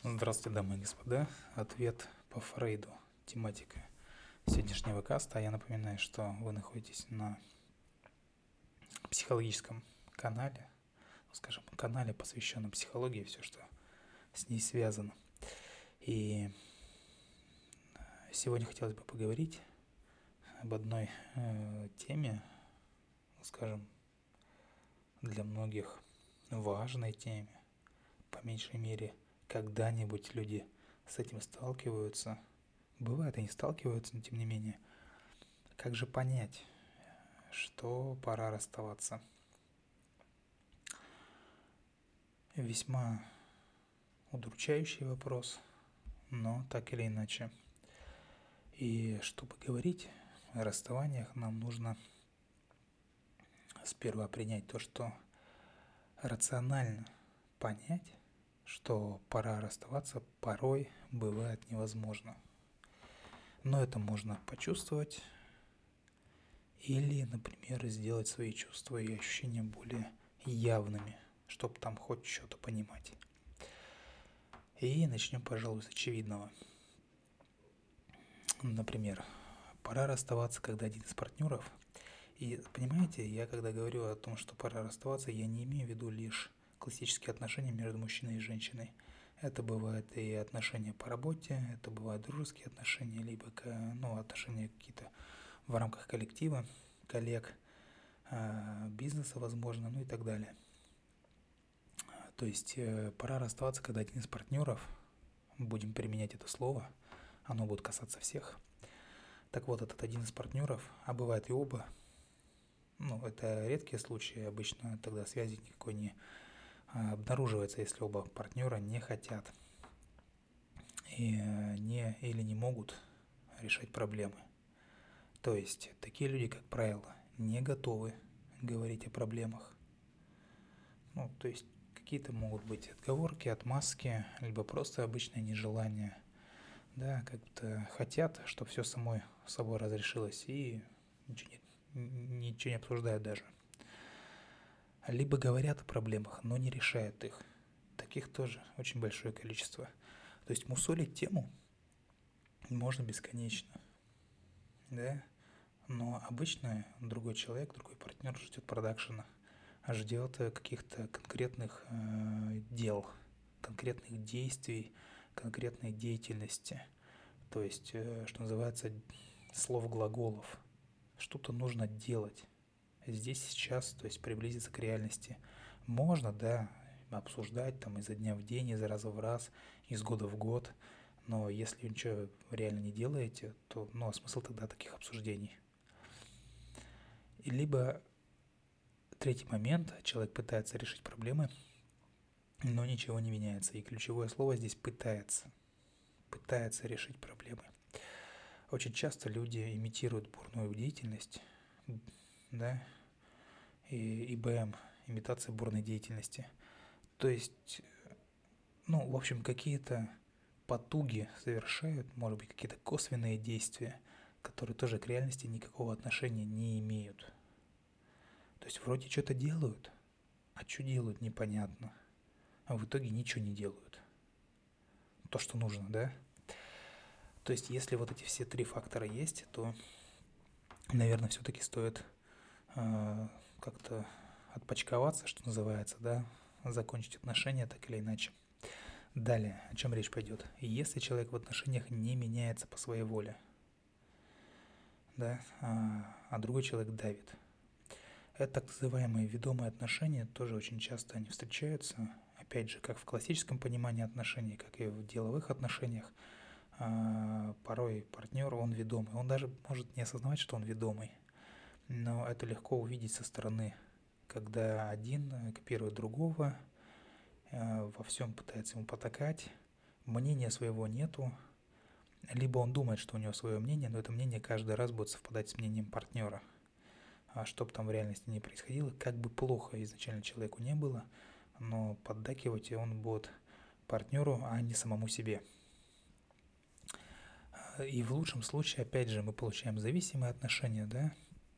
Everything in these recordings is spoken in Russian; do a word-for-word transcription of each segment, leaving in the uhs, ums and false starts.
Здравствуйте, дамы и господа. Ответ по Фрейду. Тематика сегодняшнего каста. Я напоминаю, что вы находитесь на психологическом канале, ну, скажем, канале, посвященном психологии, все, что с ней связано. И сегодня хотелось бы поговорить об одной э, теме, ну, скажем, для многих важной теме. По меньшей мере, когда-нибудь люди с этим сталкиваются. Бывает, они сталкиваются, но тем не менее. Как же понять, что пора расставаться? Весьма удручающий вопрос, но так или иначе. И чтобы говорить о расставаниях, нам нужно сперва принять то, что рационально понять, что пора расставаться, порой бывает невозможно. Но это можно почувствовать или, например, сделать свои чувства и ощущения более явными, чтобы там хоть что-то понимать. И начнем, пожалуй, с очевидного. Например, пора расставаться, когда один из партнеров. И понимаете, я когда говорю о том, что пора расставаться, я не имею в виду лишь классические отношения между мужчиной и женщиной. Это бывают и отношения по работе, это бывают дружеские отношения, либо ну, отношения какие-то в рамках коллектива, коллег, бизнеса, возможно, ну и так далее. То есть пора расставаться, когда один из партнеров, будем применять это слово, оно будет касаться всех. Так вот, этот один из партнеров, а бывает и оба, ну, это редкие случаи, обычно тогда связи никакой не обнаруживается, если оба партнера не хотят и не или не могут решать проблемы. То есть такие люди, как правило, не готовы говорить о проблемах. Ну, то есть какие-то могут быть отговорки, отмазки, либо просто обычное нежелание. Да, как-то хотят, чтобы все самой собой разрешилось, и ничего не, ничего не обсуждают даже. Либо говорят о проблемах, но не решают их. Таких тоже очень большое количество. То есть мусолить тему можно бесконечно, да, но обычно другой человек, другой партнер ждет продакшена, ждет каких-то конкретных э, дел, конкретных действий, конкретной деятельности. То есть, э, что называется, слов глаголов. Что-то нужно делать здесь, сейчас, то есть приблизиться к реальности. Можно, да, обсуждать там изо дня в день, из раза в раз, из года в год, но если ничего реально не делаете, то ну а смысл тогда таких обсуждений? И либо третий момент, человек пытается решить проблемы, но ничего не меняется. И ключевое слово здесь «пытается». Пытается решить проблемы. Очень часто люди имитируют бурную деятельность, да, и ИБМ, имитация бурной деятельности. То есть, ну, в общем, какие-то потуги совершают, может быть, какие-то косвенные действия, которые тоже к реальности никакого отношения не имеют. То есть вроде что-то делают, а что делают непонятно, а в итоге ничего не делают. То, что нужно, да? То есть если вот эти все три фактора есть, то, наверное, все-таки стоит э, как-то отпочковаться, что называется, да, закончить отношения так или иначе. Далее, о чем речь пойдет? Если человек в отношениях не меняется по своей воле, да, а, а другой человек давит, это так называемые ведомые отношения, тоже очень часто они встречаются, опять же, как в классическом понимании отношений, как и в деловых отношениях. А, порой партнер, он ведомый, он даже может не осознавать, что он ведомый, но это легко увидеть со стороны, когда один копирует другого, во всем пытается ему потакать, мнения своего нету, либо он думает, что у него свое мнение, но это мнение каждый раз будет совпадать с мнением партнера. А что бы там в реальности не происходило, как бы плохо изначально человеку не было, но поддакивать он будет партнеру, а не самому себе. И в лучшем случае, опять же, мы получаем зависимые отношения, да,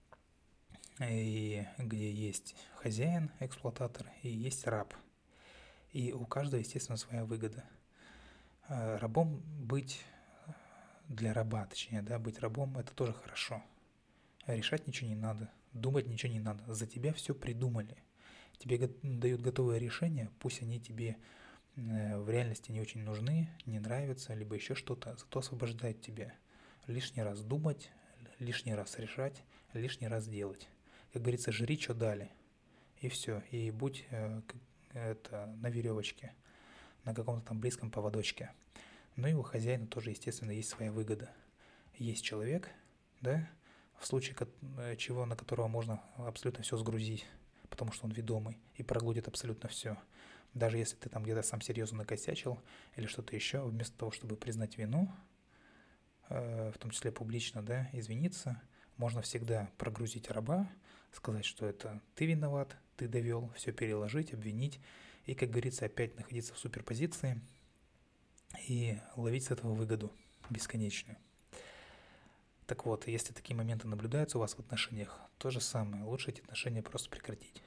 и где есть хозяин, эксплуататор, и есть раб. И у каждого, естественно, своя выгода. Рабом быть для раба, точнее, да, быть рабом – это тоже хорошо. Решать ничего не надо, думать ничего не надо. За тебя все придумали. Тебе дают готовое решение, пусть они тебе в реальности не очень нужны, не нравятся, либо еще что-то, зато освобождает тебя. Лишний раз думать, лишний раз решать, лишний раз делать. Как говорится, жри, что дали. И все. И будь э, это, на веревочке, на каком-то там близком поводочке. Ну и у хозяина тоже, естественно, есть своя выгода. Есть человек, да, в случае чего, на которого можно абсолютно все сгрузить, потому что он ведомый и проглотит абсолютно все. Даже если ты там где-то сам серьезно накосячил или что-то еще, вместо того, чтобы признать вину, в том числе публично, да, извиниться, можно всегда прогрузить раба, сказать, что это ты виноват, ты довел, все переложить, обвинить и, как говорится, опять находиться в суперпозиции и ловить с этого выгоду бесконечную. Так вот, если такие моменты наблюдаются у вас в отношениях, то же самое, лучше эти отношения просто прекратить.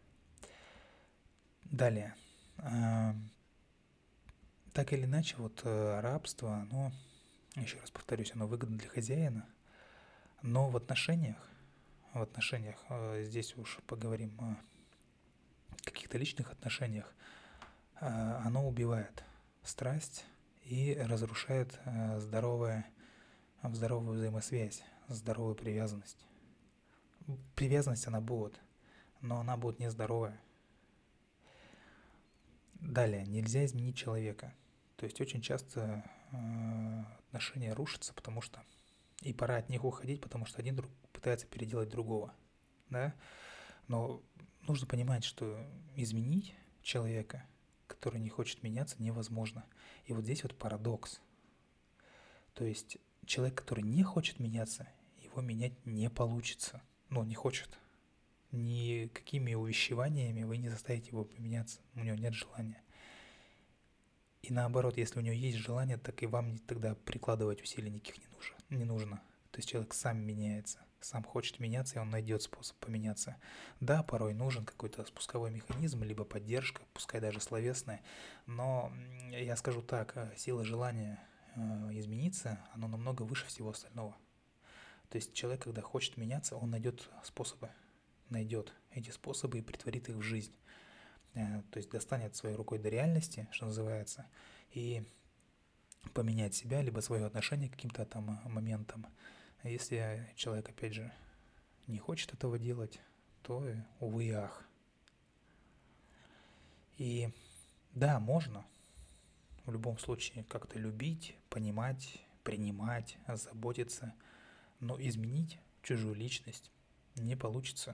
Далее. Так или иначе, вот рабство, оно, еще раз повторюсь, оно выгодно для хозяина, но в отношениях, в отношениях, здесь уж поговорим о каких-то личных отношениях, оно убивает страсть и разрушает здоровое, здоровую взаимосвязь, здоровую привязанность. Привязанность она будет, но она будет нездоровая. Далее, нельзя изменить человека. То есть очень часто э, отношения рушатся, потому что и пора от них уходить, потому что один друг пытается переделать другого, да. Но нужно понимать, что изменить человека, который не хочет меняться, невозможно. И вот здесь вот парадокс. То есть человек, который не хочет меняться, его менять не получится. Ну, он не хочет. Никакими увещеваниями вы не заставите его поменяться. У него нет желания. И наоборот, если у него есть желание, так и вам тогда прикладывать усилий никаких не нужно. Не нужно. То есть человек сам меняется, сам хочет меняться, и он найдет способ поменяться. Да, порой нужен какой-то спусковой механизм, либо поддержка, пускай даже словесная, но я скажу так, сила желания измениться, оно намного выше всего остального. То есть человек, когда хочет меняться, он найдет способы, найдет эти способы и притворит их в жизнь. То есть достанет своей рукой до реальности, что называется, и поменять себя, либо свое отношение к каким-то там моментам. Если человек, опять же, не хочет этого делать, то, увы и ах. И да, можно в любом случае как-то любить, понимать, принимать, заботиться, но изменить чужую личность не получится.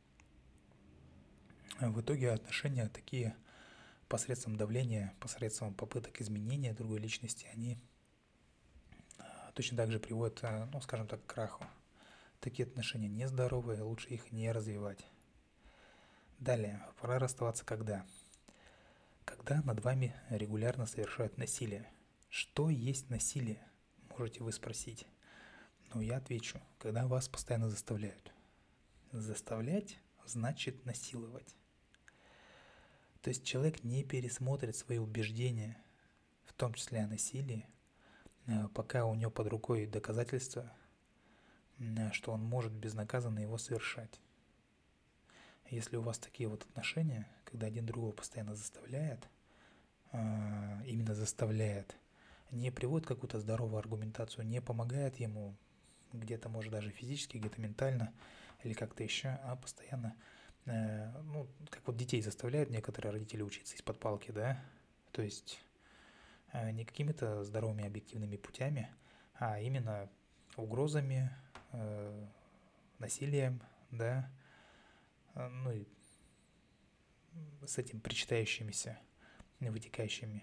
В итоге отношения такие посредством давления, посредством попыток изменения другой личности, они точно так же приводят, ну, скажем так, к краху. Такие отношения нездоровые, лучше их не развивать. Далее, пора расставаться когда? Когда над вами регулярно совершают насилие. Что есть насилие, можете вы спросить. Но я отвечу, когда вас постоянно заставляют. Заставлять значит насиловать. То есть человек не пересмотрит свои убеждения, в том числе о насилии, пока у него под рукой доказательства, что он может безнаказанно его совершать. Если у вас такие вот отношения, когда один другого постоянно заставляет, именно заставляет, не приводит какую-то здоровую аргументацию, не помогает ему где-то, может, даже физически, где-то ментально или как-то еще, а постоянно, ну, как вот детей заставляют некоторые родители учиться из-под палки, да, то есть не какими-то здоровыми объективными путями, а именно угрозами, насилием, да, ну и с этим причитающимися, вытекающими.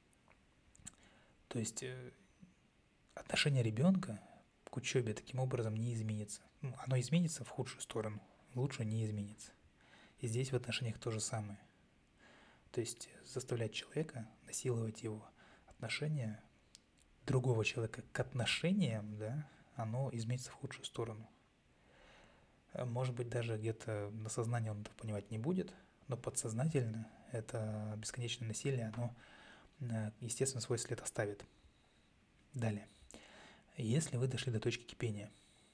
То есть отношение ребенка к учебе таким образом не изменится. Ну, оно изменится в худшую сторону, в лучшую не изменится. И здесь в отношениях то же самое. То есть заставлять человека, насиловать его отношения другого человека к отношениям, да, оно изменится в худшую сторону. Может быть, даже где-то на сознании он это понимать не будет, но подсознательно это бесконечное насилие, оно э, естественно, свой след оставит. Далее. Если вы дошли до точки кипения,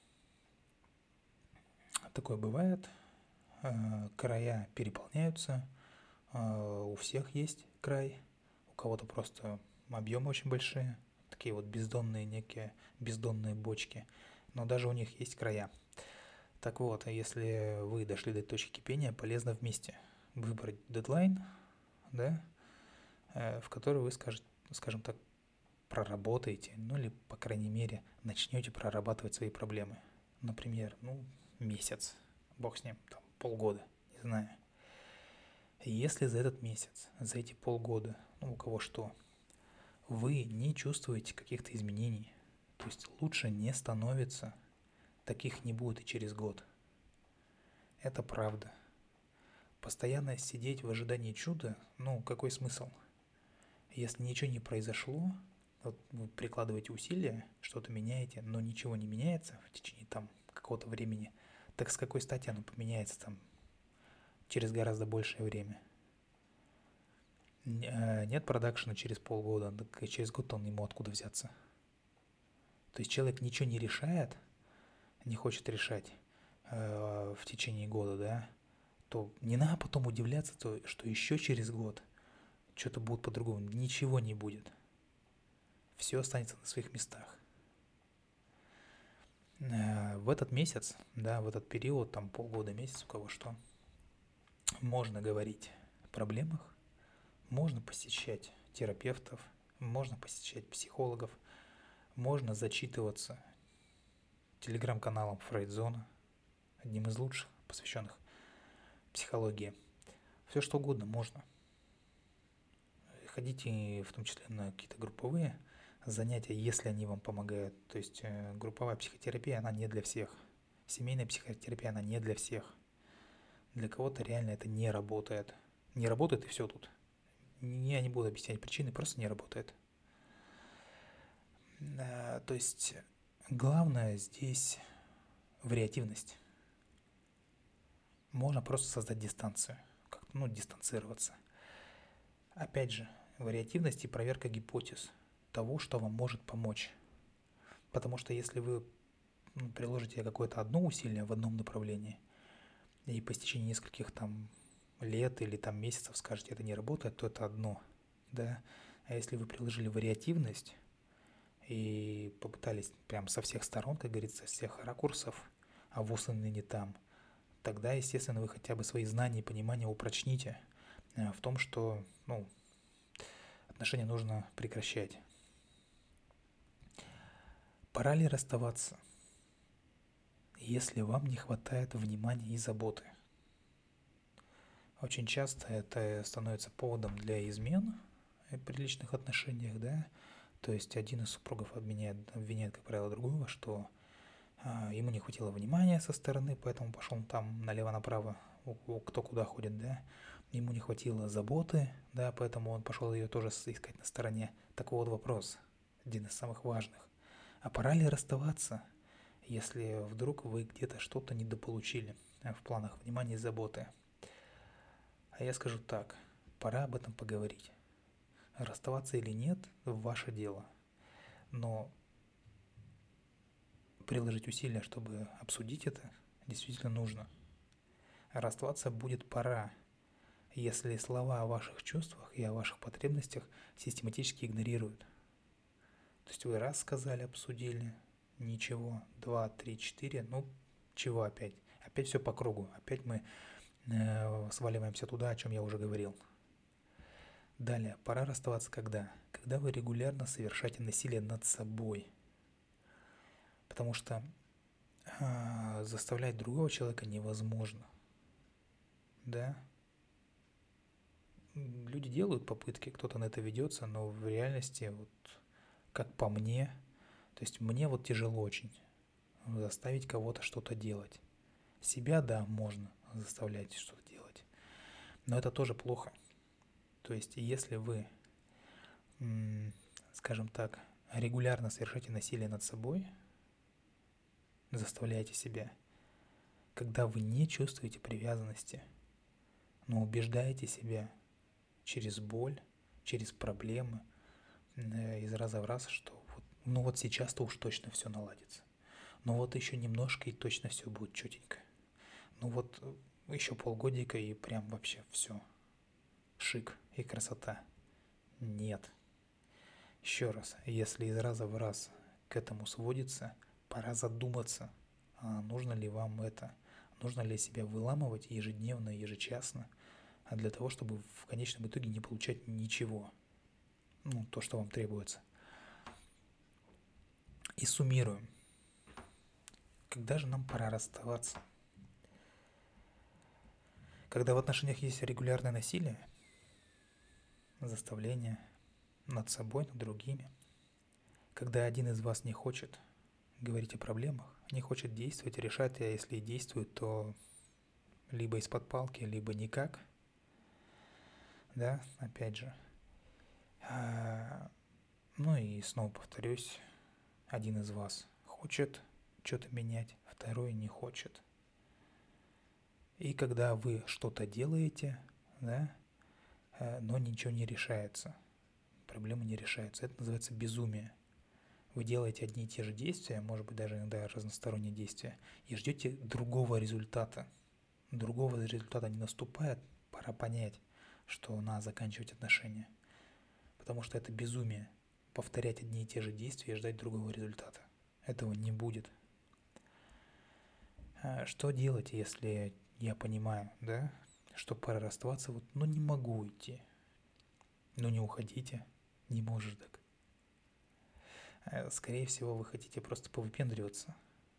такое бывает, э, края переполняются, э, у всех есть край, у кого-то просто объемы очень большие, такие вот бездонные некие, бездонные бочки, но даже у них есть края. Так вот, если вы дошли до точки кипения, полезно вместе выбрать дедлайн, да, э, в который вы, скажете, скажем так, проработаете, ну или, по крайней мере, начнете прорабатывать свои проблемы. Например, ну, месяц, бог с ним, там, полгода, не знаю. Если за этот месяц, за эти полгода, ну, у кого что, вы не чувствуете каких-то изменений, то есть лучше не становится, таких не будет и через год. Это правда. Постоянно сидеть в ожидании чуда, ну, какой смысл? Если ничего не произошло, вот вы прикладываете усилия, что-то меняете, но ничего не меняется в течение там какого-то времени, так с какой стати оно поменяется там через гораздо большее время? Нет продакшена через полгода, так и через год он ему откуда взяться? То есть человек ничего не решает, не хочет решать э, в течение года, да, то не надо потом удивляться, то, что еще через год что-то будет по-другому. Ничего не будет. Все останется на своих местах. Э, в этот месяц, да, в этот период, там полгода, месяц, у кого что, можно говорить о проблемах, можно посещать терапевтов, можно посещать психологов, можно зачитываться телеграм-каналом Фрейдзона, одним из лучших, посвященных психологии. Все что угодно можно. Ходите в том числе на какие-то групповые занятия, если они вам помогают. То есть э, групповая психотерапия, она не для всех. Семейная психотерапия, она не для всех. Для кого-то реально это не работает. Не работает и все тут. Я не буду объяснять причины, просто не работает. Э, то есть главное здесь вариативность. Можно просто создать дистанцию, как-то, ну, дистанцироваться. Опять же, вариативность и проверка гипотез того, что вам может помочь. Потому что если вы, ну, приложите какое-то одно усилие в одном направлении, и по истечении нескольких там лет или там месяцев скажете, это не работает, то это одно, да. А если вы приложили вариативность и попытались прям со всех сторон, как говорится, со всех ракурсов, а ВУЗ ныне там, тогда, естественно, вы хотя бы свои знания и понимания упрочните в том, что, ну, отношения нужно прекращать. Пора ли расставаться, если вам не хватает внимания и заботы? Очень часто это становится поводом для измен при личных отношениях, да. То есть один из супругов обвиняет, обвиняет, как правило, другого, что а, ему не хватило внимания со стороны, поэтому пошел там налево-направо, кто куда ходит, да. Ему не хватило заботы, да, поэтому он пошел ее тоже искать на стороне. Так вот вопрос, один из самых важных. А пора ли расставаться, если вдруг вы где-то что-то недополучили в планах внимания и заботы? А я скажу так, пора об этом поговорить. Расставаться или нет – ваше дело. Но приложить усилия, чтобы обсудить это, действительно нужно. Расставаться будет пора, если слова о ваших чувствах и о ваших потребностях систематически игнорируют. То есть вы раз сказали, обсудили, ничего, два, три, четыре, ну чего опять? Опять все по кругу, опять мы э, сваливаемся туда, о чем я уже говорил. Далее, пора расставаться когда? Когда вы регулярно совершаете насилие над собой. Потому что э, заставлять другого человека невозможно. Да? Люди делают попытки, кто-то на это ведется, но в реальности, вот, как по мне, то есть мне вот тяжело очень заставить кого-то что-то делать. Себя, да, можно заставлять что-то делать, но это тоже плохо. То есть если вы, скажем так, регулярно совершаете насилие над собой, заставляете себя, когда вы не чувствуете привязанности, но убеждаете себя через боль, через проблемы, э, из раза в раз, что вот, ну вот сейчас-то уж точно все наладится. Ну вот еще немножко, и точно все будет четенько. Ну вот еще полгодика, и прям вообще все. Шик и красота. Нет. Еще раз, если из раза в раз к этому сводится, пора задуматься, а нужно ли вам это, нужно ли себя выламывать ежедневно, ежечасно, а для того, чтобы в конечном итоге не получать ничего, ну, то, что вам требуется. И суммируем. Когда же нам пора расставаться? Когда в отношениях есть регулярное насилие, заставление над собой, над другими, когда один из вас не хочет говорить о проблемах, не хочет действовать, решать, а если и действует, то либо из-под палки, либо никак, да, опять же. А, ну и снова повторюсь, один из вас хочет что-то менять, второй не хочет. И когда вы что-то делаете, да, но ничего не решается, проблема не решается, это называется безумие. Вы делаете одни и те же действия, может быть даже иногда разносторонние действия, и ждете другого результата. Другого результата не наступает, пора понять, что надо заканчивать отношения. Потому что это безумие повторять одни и те же действия и ждать другого результата. Этого не будет. Что делать, если я понимаю, да, что пора расставаться, вот, ну не могу уйти. Ну не уходите, не можешь так. Скорее всего, вы хотите просто повыпендриваться.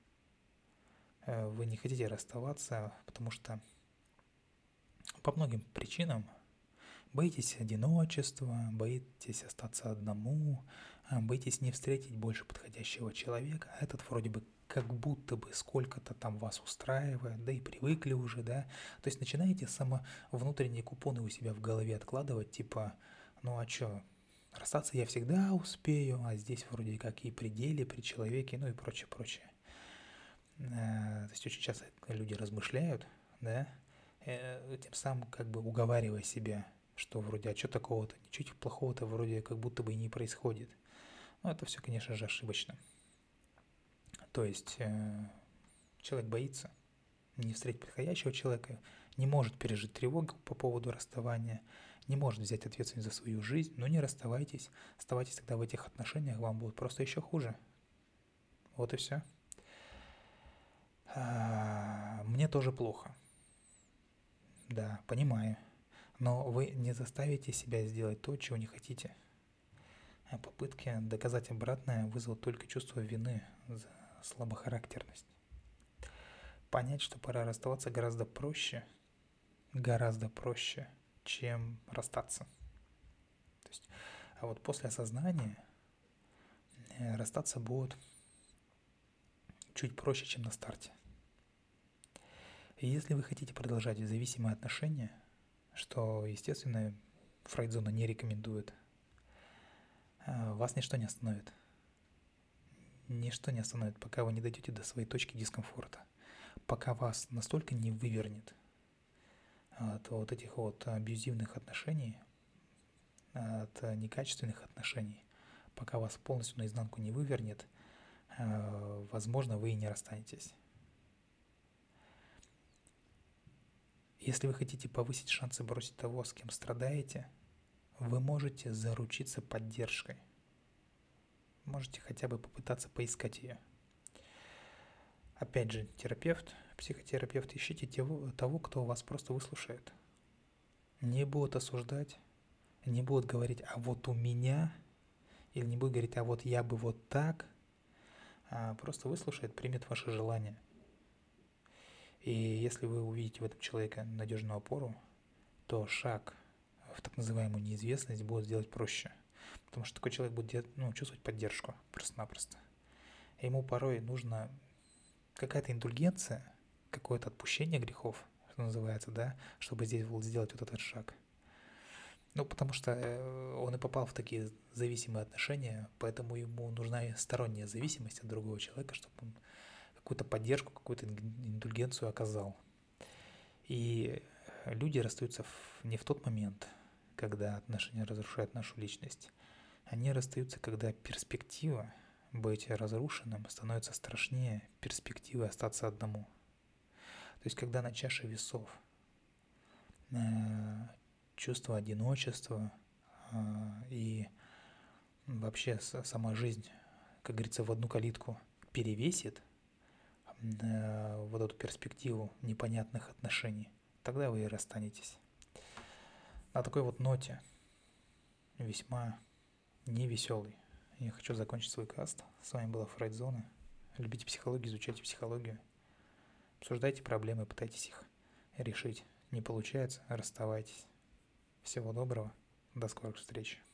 Вы не хотите расставаться, потому что по многим причинам боитесь одиночества, боитесь остаться одному, боитесь не встретить больше подходящего человека. А этот вроде бы как будто бы сколько-то там вас устраивает, да и привыкли уже, да. То есть начинаете само внутренние купоны у себя в голове откладывать, типа, ну а чё, расстаться я всегда успею, а здесь вроде как и при деле, при человеке, ну и прочее, прочее. То есть очень часто люди размышляют, да, тем самым как бы уговаривая себя, что вроде, а что такого-то, ничего плохого-то вроде как будто бы и не происходит. Но это все, конечно же, ошибочно. То есть человек боится не встретить подходящего человека, не может пережить тревогу по поводу расставания, не может взять ответственность за свою жизнь, но не расставайтесь, оставайтесь тогда в этих отношениях, вам будет просто еще хуже. Вот и все. Мне тоже плохо. Да, понимаю. Но вы не заставите себя сделать то, чего не хотите. А попытки доказать обратное вызовут только чувство вины за слабохарактерность. Понять, что пора расставаться, гораздо проще, гораздо проще, чем расстаться. То есть, а вот после осознания расстаться будет чуть проще, чем на старте. И если вы хотите продолжать зависимые отношения, что, естественно, Фрейд-зона не рекомендует, вас ничто не остановит. Ничто не остановит, пока вы не дойдете до своей точки дискомфорта. Пока вас настолько не вывернет от вот этих вот абьюзивных отношений, от некачественных отношений, пока вас полностью наизнанку не вывернет, возможно, вы и не расстанетесь. Если вы хотите повысить шансы бросить того, с кем страдаете, вы можете заручиться поддержкой. Можете хотя бы попытаться поискать ее. Опять же, терапевт, психотерапевт, ищите того, кто вас просто выслушает. Не будут осуждать, не будут говорить, а вот у меня, или не будут говорить, а вот я бы вот так, а просто выслушает, примет ваши желания. И если вы увидите в этом человеке надежную опору, то шаг в так называемую неизвестность будет сделать проще. Потому что такой человек будет ну, чувствовать поддержку просто-напросто. Ему порой нужна какая-то индульгенция, какое-то отпущение грехов, что называется, да, чтобы здесь сделать вот этот шаг. Ну, потому что он и попал в такие зависимые отношения, поэтому ему нужна сторонняя зависимость от другого человека, чтобы он какую-то поддержку, какую-то индульгенцию оказал. И люди расстаются в, не в тот момент, когда отношения разрушают нашу личность. Они расстаются, когда перспектива быть разрушенным становится страшнее перспективы остаться одному. То есть, когда на чаше весов э, чувство одиночества э, и вообще сама жизнь, как говорится, в одну калитку перевесит э, вот эту перспективу непонятных отношений, тогда вы и расстанетесь. На такой вот ноте, весьма невеселый, я хочу закончить свой каст. С вами была Фрейдзона. Любите психологию, изучайте психологию. Обсуждайте проблемы, пытайтесь их решить. Не получается — расставайтесь. Всего доброго. До скорых встреч.